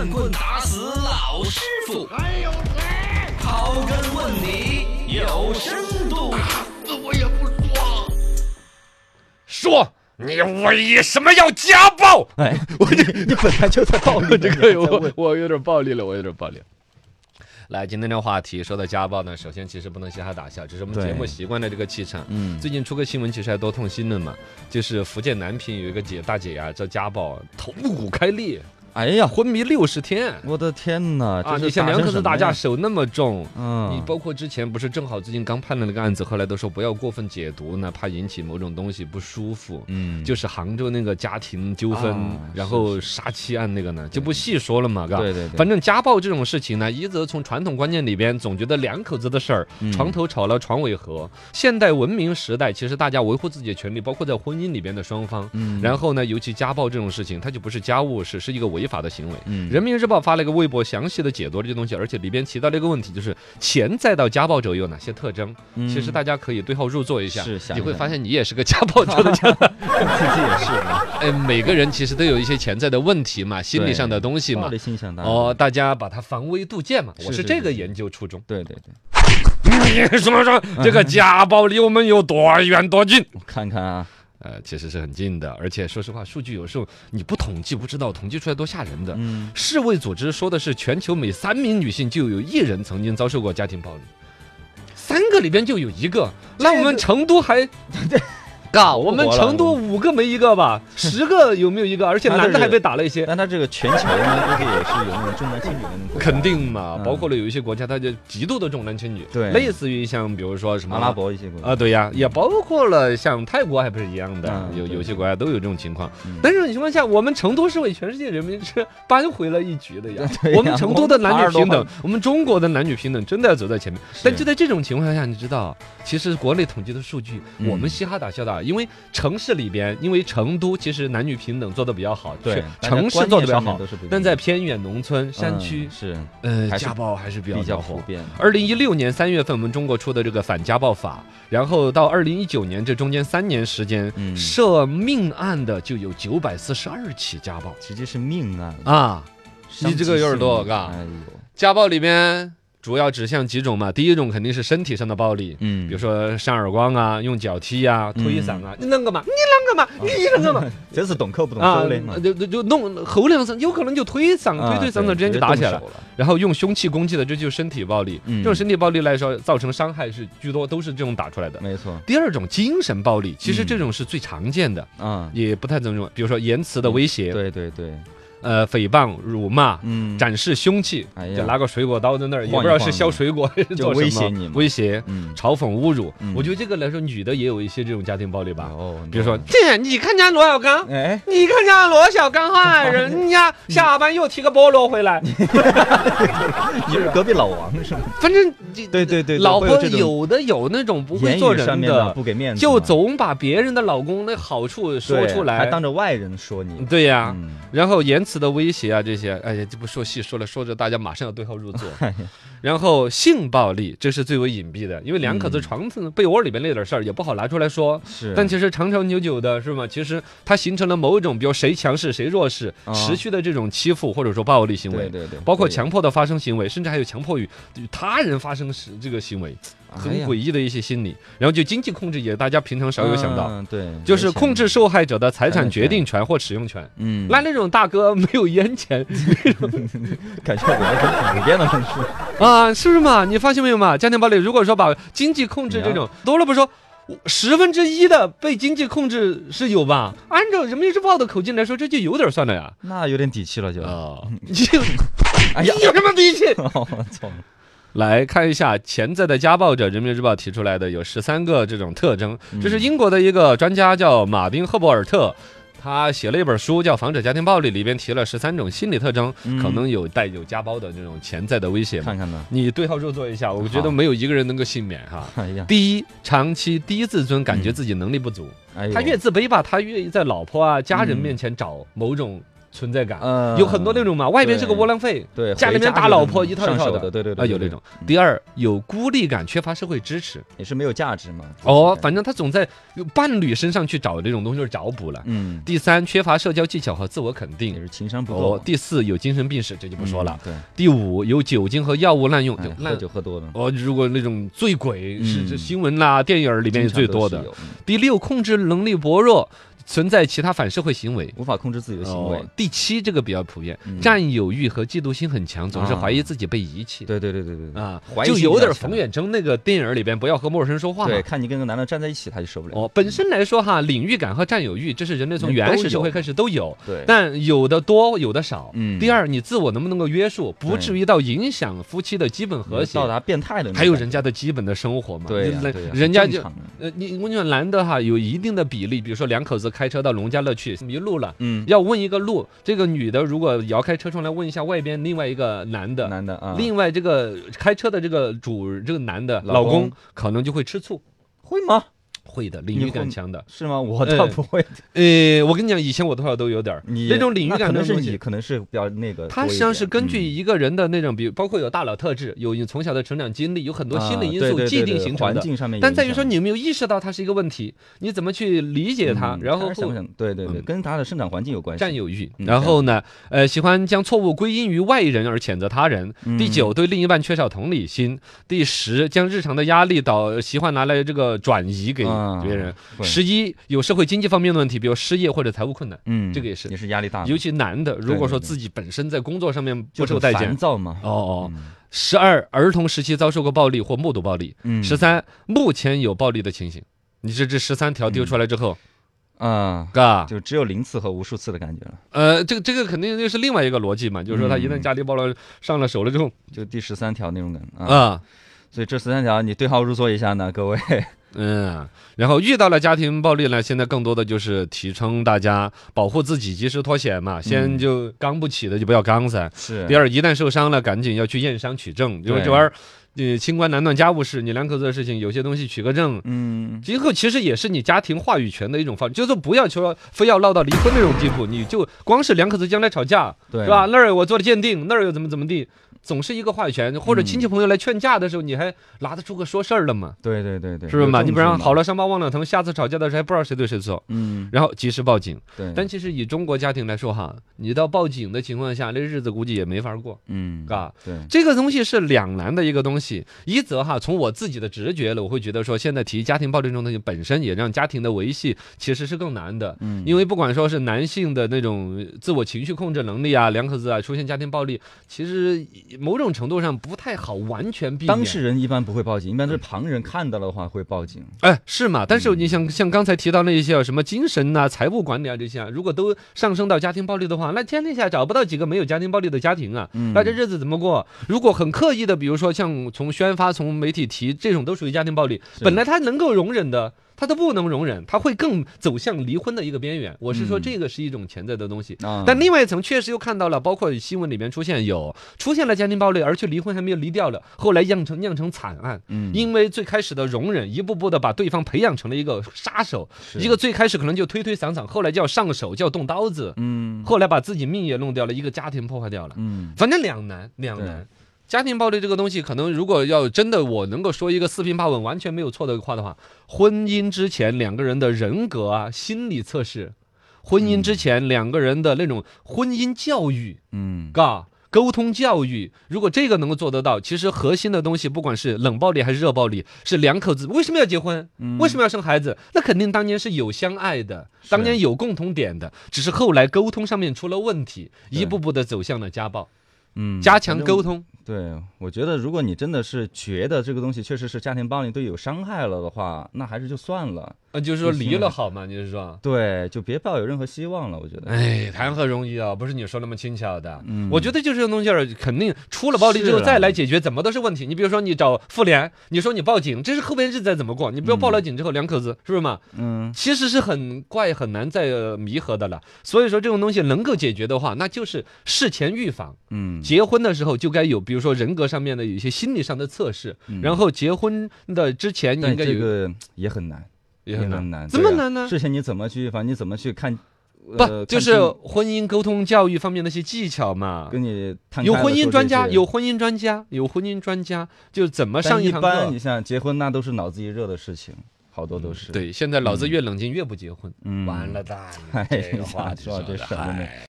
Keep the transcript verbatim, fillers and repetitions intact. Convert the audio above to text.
乱棍打死老师傅， 还有谁？ 刨根问底有深度。 死我也不说。 说你为什么要家暴？ 哎，我这你本来就在暴力， 这个我我有点暴力了，我有点暴力了。来，今天的话题说到家暴呢，首先其实不能嘻哈大笑，这是我们节目习惯的这个气场。 嗯， 最近出个新闻，其实还多痛心的嘛，就是福建南平有一个姐大姐呀，这家暴头骨开裂。 哎呀， 昏迷六十天， 我的天哪！ 啊，你像两口子打架，手那么重， 嗯， 你包括之前不是正好最近刚判了那个案子，后来都说不要过分解读呢，怕引起某种东西不舒服。 嗯， 就是杭州那个家庭纠纷， 啊、 然后杀妻案那个呢，就不细说了嘛，嘎。 对对对。 反正家暴这种事情呢，一则从传统观念里边总觉得两口子的事儿， 嗯、 床头吵了床尾和。现代文明时代，其实大家维护自己的权利，包括在婚姻里边的双方。 嗯。 然后呢，尤其家暴这种事情，它就不是家务事，是一个违法的行为。 嗯。 人民日报发了一个微博，详细的解读了这些东西，而且里边提到了一个问题，就是潜在到家暴者有哪些特征？ 嗯、 其实大家可以对号入座一下， 是想你会发现你也是个家暴者的家暴， 自己也是。 哎，每个人其实都有一些潜在的问题嘛，心理上的东西嘛。哦，大家把它防微杜渐嘛，我是这个研究初衷。 对对对。 你说说这个家暴离我们有多远多近？ 我看看啊。 呃，其实是很近的，而且说实话，数据有时候你不统计不知道，统计出来多吓人的。 嗯， 世卫组织说的是，全球每三名女性就有一人曾经遭受过家庭暴力，三个里边就有一个。那我们成都还对。嘎，我们成都五个没一个吧，十个有没有一个？而且男的还被打了一些。 但他这个全球呢，估计也是有那种重男轻女的那种。 肯定嘛，包括了有一些国家，它就极度的重男轻女。 对， 类似于像比如说什么阿拉伯一些国家啊，对呀，也包括了像泰国还不是一样的，有有些国家都有这种情况。但是这种情况下，我们成都是为全世界人民是扳回了一局的呀。我们成都的男女平等，我们中国的男女平等真的要走在前面。但就在这种情况下，你知道，其实国内统计的数据，我们嘻哈打笑的，因为城市里边，因为成都其实男女平等做的比较好， 对， 城市做的比较好，但在偏远农村、山区是呃家暴还是比较比较普遍。 二零一六年三月份，我们中国出的这个反家暴法，然后到二零一九年这中间三年时间，涉命案的就有九百四十二起家暴， 直接是命案啊！你这个有点多，嘎。家暴里面主要指向几种嘛？第一种肯定是身体上的暴力，嗯，比如说扇耳光啊、用脚踢啊、推搡啊，你啷个嘛？你啷个嘛？你啷个嘛？ 这是懂口不懂手的嘛？ 就就就弄后两声，有可能就推搡、推推搡搡之间就打起来了。然后用凶器攻击的，这就是身体暴力。这种身体暴力来说，造成伤害是居多，都是这种打出来的。 没错。 第二种精神暴力，其实这种是最常见的啊，也不太怎么用，比如说言辞的威胁。 对对对。 呃，诽谤、辱骂， 嗯， 展示凶器， 哎就拿个水果刀在那儿，也不知道是削水果还是做什么， 威胁你， 威胁， 嗯， 嘲讽、侮辱。 嗯、 我觉得这个来说，女的也有一些这种家庭暴力吧。 哦， 比如说，这你看见罗小刚， 哎， 你看见罗小刚哈，人家下班又提个菠萝回来， 你是隔壁老王是吗？ 反正对对对， 老婆有的有那种不会做人的， 不给面子， 就总把别人的老公的好处说出来， 还当着外人说你。 对呀，然后言辞的威胁啊。这些哎呀，就不说细说了，说着大家马上要对号入座。然后性暴力，这是最为隐蔽的，因为两口子床被窝里边那点事儿也不好拿出来说。 是， 但其实长长久久的，是吗？其实它形成了某种，比如谁强势谁弱势，持续的这种欺负或者说暴力行为。 对对对， 包括强迫的发生行为，甚至还有强迫与他人发生时这个行为。很诡异的一些心理，然后就经济控制也大家平常少有想到， 嗯、对， 就是控制受害者的财产决定权或使用权。嗯，那那种大哥没有烟钱， 感觉我们很普遍的很是啊，是不是嘛？你发现没有嘛？家庭暴力如果说把经济控制这种多了不说，十分之一的被经济控制是有吧？按照人民日报的口径来说，这就有点算了呀。 那有点底气了就啊，就哎呀，有什么底气？ 哦，错了。 来看一下潜在的家暴者，人民日报提出来的有十三个这种特征。这是英国的一个专家叫马丁·赫伯尔特，他写了一本书叫《防止家庭暴力》，里边提了十三种心理特征，嗯、可能有带有家暴的这种潜在的威胁。 看看呢， 你对号入座一下，我觉得没有一个人能够幸免哈。 哎呀， 第一，长期低自尊，感觉自己能力不足。 嗯、 他越自卑吧，他越在老婆啊、家人面前找某种存在感， 嗯有很多那种嘛，外边是个窝囊废， 对， 家里面打老婆一套一套的， 对对对， 啊有那种。第二，有孤立感，缺乏社会支持， 也是没有价值嘛。 哦，反正他总在伴侣身上去找这种东西，就是找补了。 嗯。 第三，缺乏社交技巧和自我肯定， 也是情商不够。 哦，第四，有精神病史，这就不说了。 对。 第五，有酒精和药物滥用，就喝酒喝多了。 哦，如果那种醉鬼是这新闻啦、电影里面也最多的。第六，控制能力薄弱。存在其他反社会行为， 无法控制自己的行为。 哦、第七，这个比较普遍，嗯、占有欲和嫉妒心很强，总是怀疑自己被遗弃。 啊、对对对对对啊，就有点冯远征那个电影里边不要和陌生人说话嘛。 对，看你跟个男的站在一起，他就受不了。 哦，本身来说哈，领域感和占有欲，这是人类从原始社会开始都有。 对， 但有的多，有的少。 嗯。 第二，你自我能不能够约束，不至于到影响夫妻的基本和谐， 到达变态的。 还有人家的基本的生活嘛。 对、啊、对、啊。 人家就呃，你我跟你说，男的哈有一定的比例，比如说两口子开车到农家乐。去迷路了，嗯，要问一个路，这个女的如果摇开车窗来问一下外边另外一个男的， 男的啊， 另外这个开车的这个主这个男的老公, 老公可能就会吃醋， 会吗？ 会的，领域感强的是吗？我倒不会。 呃，我跟你讲，以前我多少都有点那种领域感的东西，可能是你，可能是比较那个。 它实际上是根据一个人的那种，比包括有大脑特质，有从小的成长经历，有很多心理因素既定形成的。 环境上面， 但在于说你有没有意识到它是一个问题，你怎么去理解它，然后想想，对对对，跟他的生长环境有关系。 占有欲，然后呢，呃，喜欢将错误归因于外人而谴责他人。第九，对另一半缺少同理心。第十，将日常的压力导习惯拿来这个转移给别人。十一，有社会经济方面的问题，比如失业或者财务困难，嗯，这个也是也是压力大， 尤其男的，如果说自己本身在工作上面不受待见， 烦躁嘛， 哦哦。十二，儿童时期遭受过暴力或目睹暴力。十三，目前有暴力的情形。你这这十三条丢出来之后， 啊， 嘎， 就只有零次和无数次的感觉了。 呃，这个这个肯定又是另外一个逻辑嘛，就是说他一旦家里暴了上了手了之后， 就第十三条那种感啊。所以这十三条你对号入座一下呢，各位。 嗯，然后遇到了家庭暴力呢，现在更多的就是提倡大家保护自己，及时脱险嘛。先就刚不起的就不要刚噻。 是。 第二，一旦受伤了，赶紧要去验伤取证。因为这玩意儿，呃，清官难断家务事，你两口子的事情，有些东西取个证，嗯，今后其实也是你家庭话语权的一种方式，就是不要说非要闹到离婚那种地步，你就光是两口子将来吵架， 对， 是吧？那儿我做了鉴定，那儿又怎么怎么地。总是一个话语权，或者亲戚朋友来劝架的时候，你还拿得出个说事儿的嘛？ 对对对对， 是不是嘛？你不然好了伤疤忘了疼，下次吵架的时候还不知道谁对谁错。嗯，然后及时报警。 对， 但其实以中国家庭来说哈，你到报警的情况下，那日子估计也没法过。嗯，嘎， 对， 这个东西是两难的一个东西。一则哈，从我自己的直觉了，我会觉得说，现在提家庭暴力这种东西本身也让家庭的维系其实是更难的。嗯，因为不管说是男性的那种自我情绪控制能力啊，两口子啊出现家庭暴力，其实某种程度上不太好完全避免。 当事人一般不会报警，一般是旁人看到的话会报警。 哎，是嘛？但是你像像刚才提到那一些什么精神啊、财务管理啊这些啊，如果都上升到家庭暴力的话，那天底下找不到几个没有家庭暴力的家庭啊。嗯，那这日子怎么过？如果很刻意的，比如说像从宣发、从媒体提这种，都属于家庭暴力。本来他能够容忍的，他都不能容忍，他会更走向离婚的一个边缘。我是说，这个是一种潜在的东西。嗯、但另外一层确实又看到了，包括新闻里面出现有出现了家庭暴力，而去离婚还没有离掉了，后来酿成酿成惨案。嗯，因为最开始的容忍，一步步的把对方培养成了一个杀手，一个最开始可能就推推搡搡，后来就要上手，就要动刀子。嗯，后来把自己命也弄掉了，一个家庭破坏掉了。嗯，反正两难，两难。家庭暴力这个东西，可能如果要真的我能够说一个四平八稳、完全没有错的话的话，婚姻之前两个人的人格啊、心理测试，婚姻之前两个人的那种婚姻教育，嗯，嘎。沟通教育，如果这个能够做得到，其实核心的东西，不管是冷暴力还是热暴力，是两口子为什么要结婚，嗯、为什么要生孩子？那肯定当年是有相爱的，当年有共同点的，只是后来沟通上面出了问题，一步步的走向了家暴。嗯，加强沟通。 对，我觉得如果你真的是觉得这个东西确实是家庭暴力对有伤害了的话，那还是就算了。 啊，就是说离了好嘛，你是说？ 对，就别抱有任何希望了。我觉得， 哎，谈何容易啊！不是你说那么轻巧的。嗯，我觉得就是这种东西儿，肯定出了暴力之后再来解决，怎么都是问题。你比如说，你找妇联，你说你报警，这是后边日子再怎么过？你不要报了警之后，两口子是不是嘛？嗯，其实是很怪很难再弥合的了。所以说，这种东西能够解决的话，那就是事前预防。嗯，结婚的时候就该有，比如说人格上面的有一些心理上的测试，嗯、然后结婚的之前你应该有。 这个也很难。也很难， 怎么难呢？ 事情你怎么去预防？你怎么去看？ 不呃就是看清婚姻沟通教育方面那些技巧嘛？ 跟你摊有开了婚姻专家， 说这些有婚姻专家，有婚姻专家，就怎么但一上堂课般你。像结婚那都是脑子一热的事情，好多都是。 对，现在脑子越冷静越不结婚， 嗯， 完了蛋了， 哎这个话呀， 题说到这的事儿真的哎